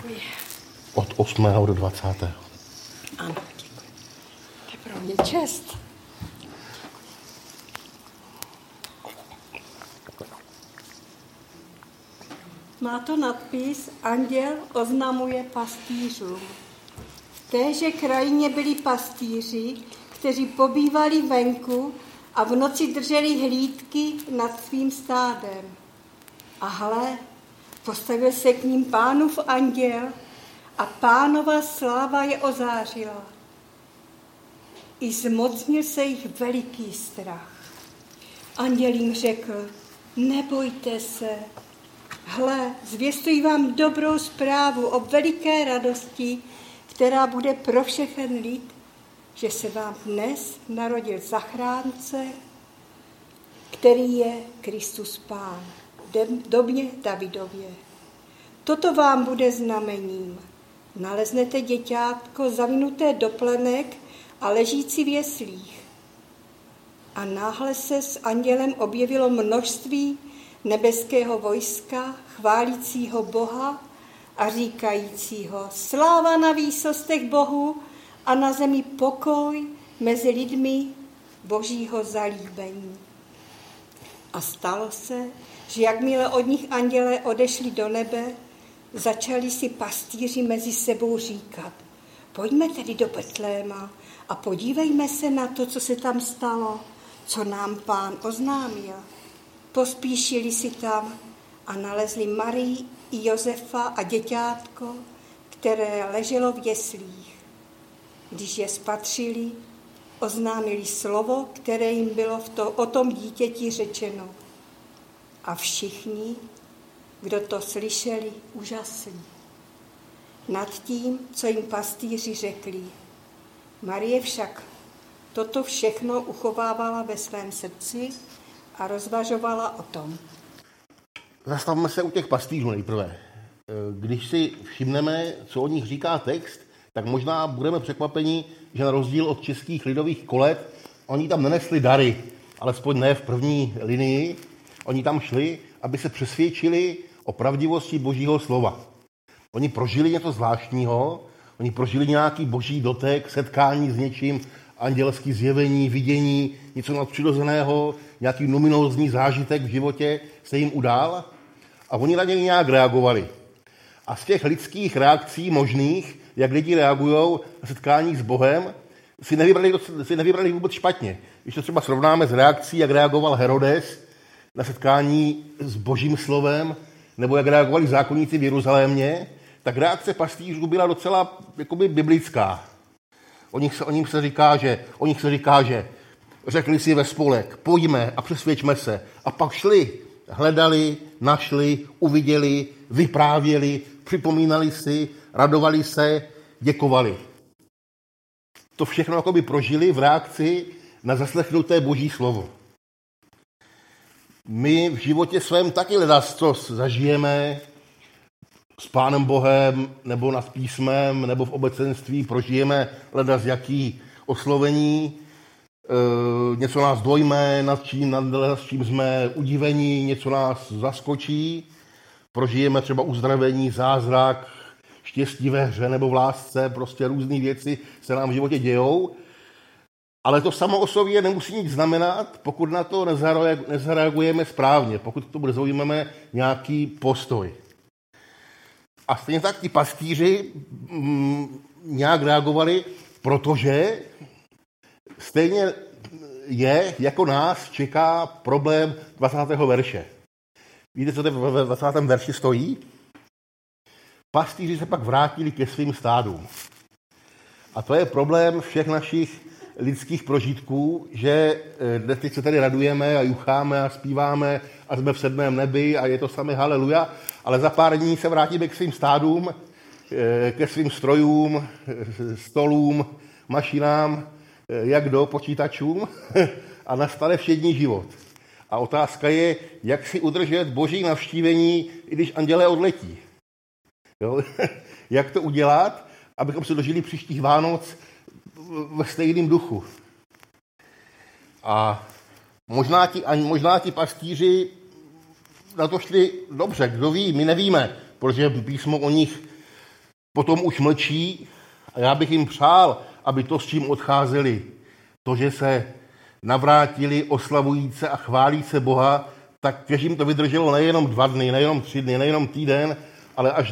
Děkuji. Od 8. do 20. Ano, děkuji. To je pro mě čest. Má to nadpis Anděl oznamuje pastýřům. V téže krajině byli pastýři, kteří pobývali venku a v noci drželi hlídky nad svým stádem. A hle, postavil se k ním Pánův anděl a Pánova sláva je ozářila. I zmocnil se jich veliký strach. Anděl jim řekl, nebojte se, hle, zvěstuji vám dobrou zprávu o veliké radosti, která bude pro všechen lid, že se vám dnes narodil zachránce, který je Kristus Pán, v domě Davidově. Toto vám bude znamením. Naleznete děťátko zavinuté do plenek a ležící v jeslích. A náhle se s andělem objevilo množství nebeského vojska, chválícího Boha a říkajícího sláva na výsostech Bohu a na zemi pokoj mezi lidmi Božího zalíbení. A stalo se, že jakmile od nich andělé odešli do nebe, začali si pastýři mezi sebou říkat, pojďme tedy do Betléma a podívejme se na to, co se tam stalo, co nám Pán oznámil. Pospíšili si tam a nalezli Marii i Josefa a děťátko, které leželo v jeslích. Když je spatřili, oznámili slovo, které jim bylo o tom dítěti řečeno. A všichni, kdo to slyšeli, úžasli nad tím, co jim pastýři řekli. Marie však toto všechno uchovávala ve svém srdci a rozvažovala o tom. Zastavme se u těch pastýřů nejprve. Když si všimneme, co o nich říká text, tak možná budeme překvapeni, že na rozdíl od českých lidových kolet, oni tam nenesli dary, alespoň ne v první linii. Oni tam šli, aby se přesvědčili o pravdivosti Božího slova. Oni prožili něco zvláštního, oni prožili nějaký boží dotek, setkání s něčím, andělský zjevení, vidění, něco nadpřirozeného, nějaký luminózní zážitek v životě se jim udál a oni na něj nějak reagovali. A z těch lidských reakcí možných, jak lidi reagují na setkání s Bohem, si nevybrali vůbec špatně. Když to třeba srovnáme s reakcí, jak reagoval Herodes na setkání s Božím slovem, nebo jak reagovali zákonníci v Jeruzalémě, tak reakce pastýřů byla docela jakoby biblická. O nich se říká, že řekli si ve spolek, pojďme a přesvědčme se. A pak šli, hledali, našli, uviděli, vyprávěli, připomínali si, radovali se, děkovali. To všechno jakoby prožili v reakci na zaslechnuté Boží slovo. My v životě svém taky ledacos zažijeme s Pánem Bohem, nebo nad písmem, nebo v obecenství prožijeme ledas jaký oslovení, něco nás dojme, nad čím jsme udivení, něco nás zaskočí, prožijeme třeba uzdravení, zázrak, štěstí ve hře nebo v lásce, prostě různé věci se nám v životě dějou, ale to samo o sobě nemusí nic znamenat, pokud na to nezareagujeme správně, pokud to bude zaujmeme nějaký postoj. A stejně tak ti pastýři nějak reagovali, protože stejně jako nás čeká problém 20. verše. Víte, co ve 20. verši stojí? Pastýři se pak vrátili ke svým stádům. A to je problém všech našich lidských prožitků, že teď se tady radujeme a jucháme a zpíváme a jsme v 7. nebi a je to samé haleluja, ale za pár dní se vrátíme k svým stádům, ke svým strojům, stolům, mašinám, jak do počítačům a nastane všední život. A otázka je, jak si udržet Boží navštívení, i když andělé odletí. Jo? Jak to udělat, abychom se dožili příštích Vánoc ve stejném duchu. A možná ti pastýři na to šli dobře, kdo ví, my nevíme, protože písmo o nich potom už mlčí a já bych jim přál, aby to, s čím odcházeli, to, že se navrátili, oslavují se a chválí se Boha, tak kež jim to vydrželo nejenom 2 dny, nejenom 3 dny, nejenom týden, ale až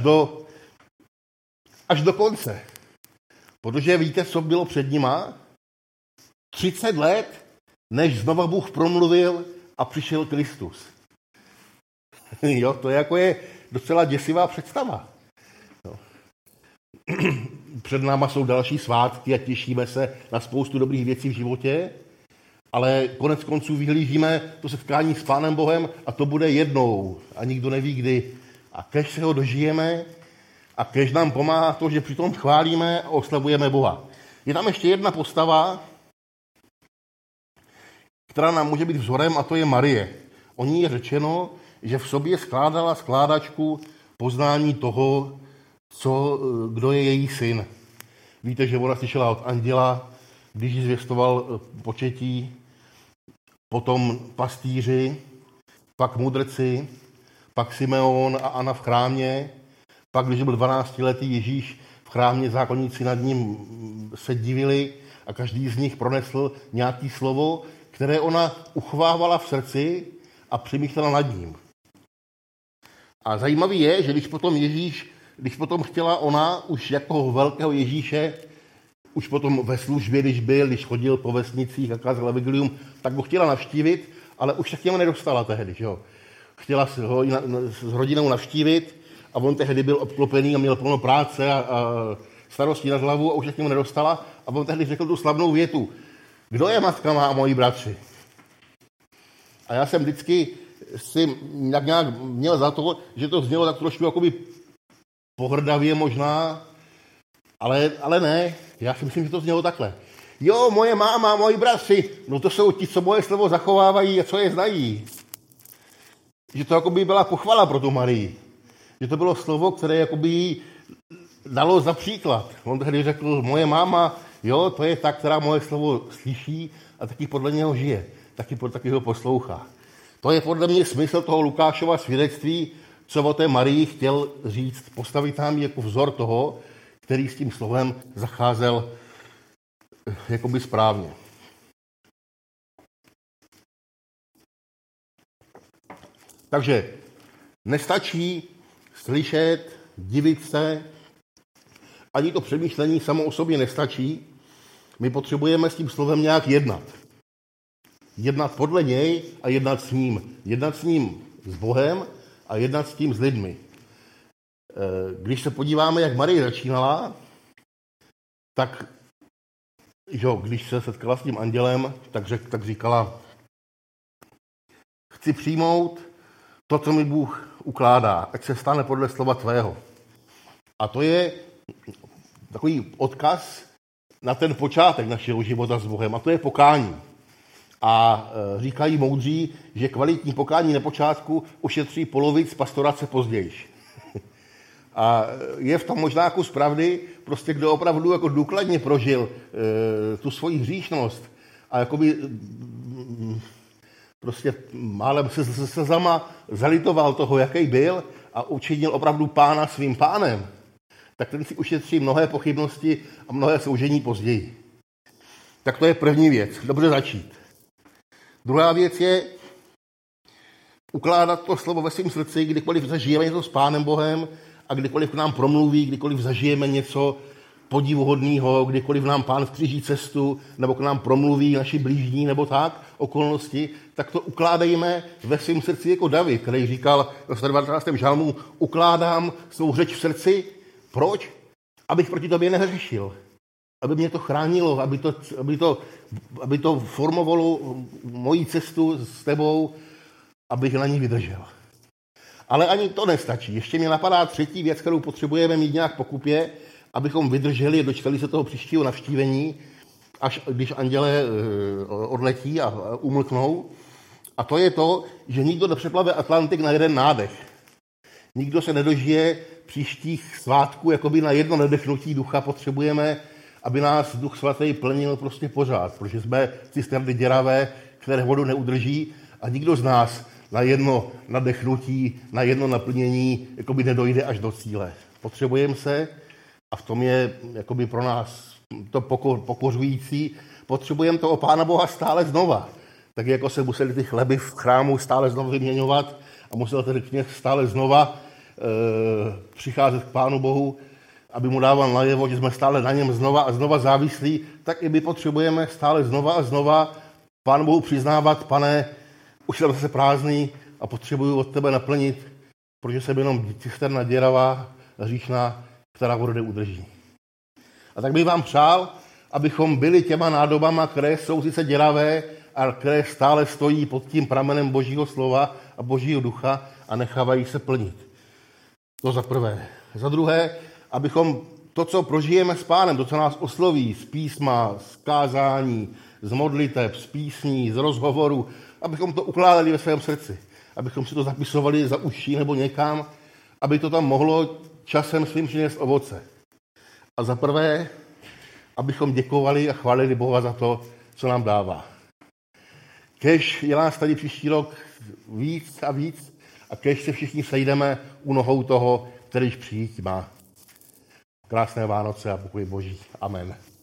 do konce. Protože víte, co bylo před nima? 30 let, než znova Bůh promluvil a přišel Kristus. Jo, to je docela děsivá představa. No. Před náma jsou další svátky a těšíme se na spoustu dobrých věcí v životě, ale konec konců vyhlížíme to setkání s Pánem Bohem a to bude jednou a nikdo neví kdy. A kež se ho dožijeme a kež nám pomáhá to, že přitom chválíme a oslavujeme Boha. Je tam ještě jedna postava, která nám může být vzorem, a to je Marie. O ní je řečeno, že v sobě skládala skládačku poznání toho, kdo je její syn. Víte, že ona slyšela od anděla, když ji zvěstoval početí, potom pastýři, pak mudrci, pak Simeon a Anna v chrámě, pak, když byl 12letý Ježíš v chrámě, zákonníci nad ním se divili a každý z nich pronesl nějaké slovo, které ona uchovávala v srdci a přemýšlela nad ním. A zajímavý je, že když potom chtěla ona už jako velkého Ježíše, už potom ve službě, když chodil po vesnicích a kázal evangelium, tak ho chtěla navštívit, ale už se k němu nedostala tehdy. Že jo? Chtěla ho s rodinou navštívit a on tehdy byl obklopený a měl plno práce a starostí nad hlavu a už se k němu nedostala. A on tehdy řekl tu slavnou větu: kdo je matka má a moji bratři? A já jsem vždycky si nějak měl za to, že to znělo tak trošku jakoby pohrdavě možná, ale ne, já si myslím, že to znělo takhle. Jo, moje máma, moji bratři, no to jsou ti, co moje slovo zachovávají a co je znají. Že to jakoby byla pochvala pro tu Marii. Že to bylo slovo, které jakoby jí dalo za příklad. On tehdy řekl, moje máma, jo, to je ta, která moje slovo slyší a taky podle něho žije. Taky ho poslouchá. To je podle mě smysl toho Lukášova svědectví, co o té Marii chtěl říct, postavit tam jako vzor toho, který s tím slovem zacházel jakoby správně. Takže nestačí slyšet, divit se, ani to přemýšlení samo o sobě nestačí. My potřebujeme s tím slovem nějak jednat. Jednat podle něj a jednat s ním. Jednat s ním s Bohem a jednat s tím s lidmi. Když se podíváme, jak Marie začínala, tak jo, když se setkala s tím andělem, tak říkala, chci přijmout to, co mi Bůh ukládá, ať se stane podle slova tvého. A to je takový odkaz na ten počátek našeho života s Bohem, a to je pokání. A říkají moudří, že kvalitní pokání na počátku ušetří polovic pastorace později. A je v tom možná kus pravdy, prostě kdo opravdu jako důkladně prožil tu svoji hříšnost a jakoby prostě málem se slzama zalitoval toho, jaký byl a učinil opravdu Pána svým pánem, tak ten si ušetří mnohé pochybnosti a mnohé soužení později. Tak to je první věc. Dobře začít. Druhá věc je ukládat to slovo ve svém srdci, kdykoliv zažijeme něco s Pánem Bohem a kdykoliv k nám promluví, kdykoliv zažijeme něco podivuhodného, kdykoliv nám Pán vkříží cestu nebo k nám promluví naši blížní nebo tak, okolnosti, tak to ukládejme ve svém srdci jako David, který říkal v 119. žalmu, ukládám svou řeč v srdci. Proč? Abych proti tobě nehřešil. Aby mě to chránilo, aby to formovalo moji cestu s tebou, abych na ní vydržel. Ale ani to nestačí. Ještě mě napadá třetí věc, kterou potřebujeme mít nějak pokupě, abychom vydrželi a dočkali se toho příštího navštívení, až když anděle odletí a umlknou. A to je to, že nikdo nepřeplave Atlantik na jeden nádech. Nikdo se nedožije příštích svátků, jakoby na jedno nadechnutí ducha. Potřebujeme, aby nás Duch Svatý plnil prostě pořád, protože jsme cisterny děravé, které vodu neudrží a nikdo z nás na jedno nadechnutí, na jedno naplnění jakoby nedojde až do cíle. Potřebujeme se a v tom je jakoby pro nás to pokořující, potřebujeme toho Pána Boha stále znova. Tak jako se museli ty chleby v chrámu stále znova vyměňovat a musel tedy kněz stále znova přicházet k Pánu Bohu, aby mu dával najevo, že jsme stále na něm znova a znova závislí, tak i my potřebujeme stále znova a znova Pánu Bohu přiznávat: Pane, už jsem zase prázdný a potřebuju od tebe naplnit, protože jsem jenom cisterna děravá, hříšná, která vodu neudrží. A tak bych vám přál, abychom byli těma nádobama, které jsou sice děravé, a které stále stojí pod tím pramenem Božího slova a Božího ducha a nechávají se plnit. To za prvé. Za druhé, abychom to, co prožijeme s Pánem, to, co nás osloví z písma, z kázání, z modliteb, z písní, z rozhovoru, abychom to ukládali ve svém srdci. Abychom si to zapisovali za uší nebo někam, aby to tam mohlo časem svým přinést ovoce. A za prvé, abychom děkovali a chválili Boha za to, co nám dává. Kéž je nás tady příští rok víc a víc a kéž se všichni sejdeme u nohou toho, kterýž přijít má. Krásné Vánoce a pokoj Boží. Amen.